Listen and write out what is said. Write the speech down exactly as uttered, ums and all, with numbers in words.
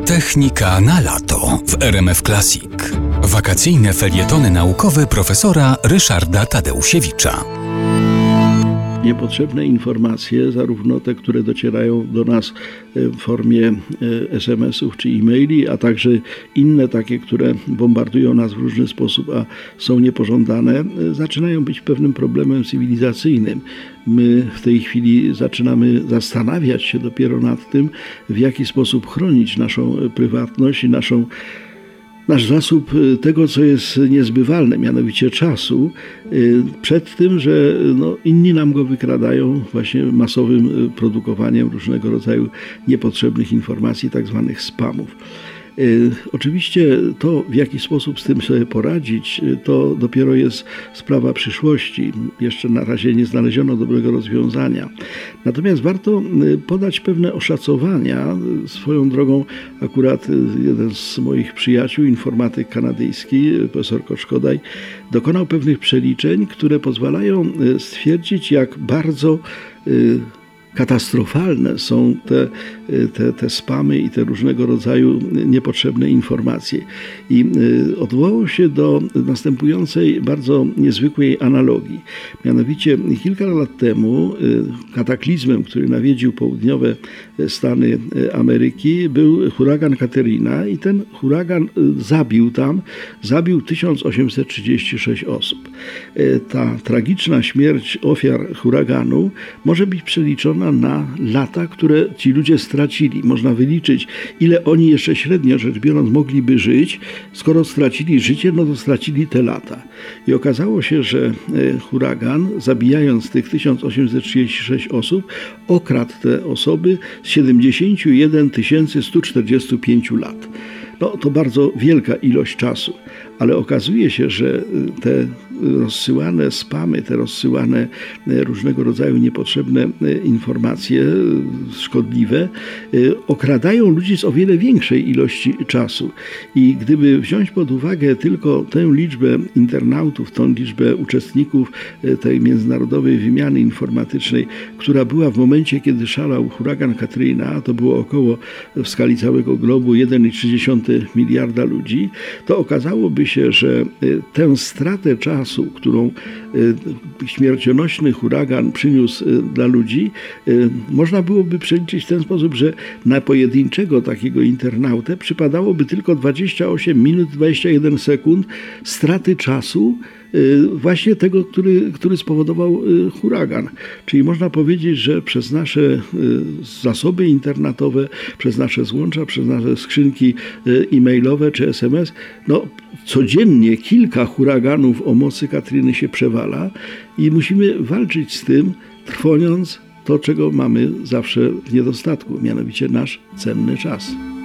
Technika na lato w R M F Classic. Wakacyjne felietony naukowe profesora Ryszarda Tadeusiewicza. Niepotrzebne informacje, zarówno te, które docierają do nas w formie es em esów czy e-maili, a także inne takie, które bombardują nas w różny sposób, a są niepożądane, zaczynają być pewnym problemem cywilizacyjnym. My w tej chwili zaczynamy zastanawiać się dopiero nad tym, w jaki sposób chronić naszą prywatność i naszą nasz zasób tego, co jest niezbywalne, mianowicie czasu, przed tym, że no, inni nam go wykradają właśnie masowym produkowaniem różnego rodzaju niepotrzebnych informacji, tak zwanych spamów. Oczywiście to, w jaki sposób z tym sobie poradzić, to dopiero jest sprawa przyszłości. Jeszcze na razie nie znaleziono dobrego rozwiązania. Natomiast warto podać pewne oszacowania. Swoją drogą akurat jeden z moich przyjaciół, informatyk kanadyjski, profesor Koczkodaj, dokonał pewnych przeliczeń, które pozwalają stwierdzić, jak bardzo katastrofalne są te, te, te spamy i te różnego rodzaju niepotrzebne informacje. I odwołał się do następującej bardzo niezwykłej analogii. Mianowicie kilka lat temu kataklizmem, który nawiedził południowe Stany Ameryki, był huragan Katrina i ten huragan zabił tam, zabił tysiąc osiemset trzydzieści sześć osób. Ta tragiczna śmierć ofiar huraganu może być przeliczona na lata, które ci ludzie stracili. Można wyliczyć, ile oni jeszcze średnio rzecz biorąc mogliby żyć. Skoro stracili życie, no to stracili te lata. I okazało się, że huragan, zabijając tych tysiąc osiemset trzydzieści sześć osób, okradł te osoby z siedemdziesiąt jeden tysięcy sto czterdzieści pięć lat. No, to bardzo wielka ilość czasu, ale okazuje się, że te rozsyłane spamy, te rozsyłane różnego rodzaju niepotrzebne informacje szkodliwe okradają ludzi z o wiele większej ilości czasu. I gdyby wziąć pod uwagę tylko tę liczbę internautów, tą liczbę uczestników tej międzynarodowej wymiany informatycznej, która była w momencie, kiedy szalał huragan Katrina, to było około w skali całego globu jeden przecinek trzy miliarda ludzi, to okazałoby się, że tę stratę czasu, którą śmiercionośny huragan przyniósł dla ludzi, można byłoby przeliczyć w ten sposób, że na pojedynczego takiego internautę przypadałoby tylko dwadzieścia osiem minut dwadzieścia jeden sekund straty czasu właśnie tego, który, który spowodował huragan. Czyli można powiedzieć, że przez nasze zasoby internetowe, przez nasze złącza, przez nasze skrzynki e-mailowe czy es em es, no codziennie kilka huraganów o mocy Katriny się przewala i musimy walczyć z tym, trwoniąc to, czego mamy zawsze w niedostatku, mianowicie nasz cenny czas.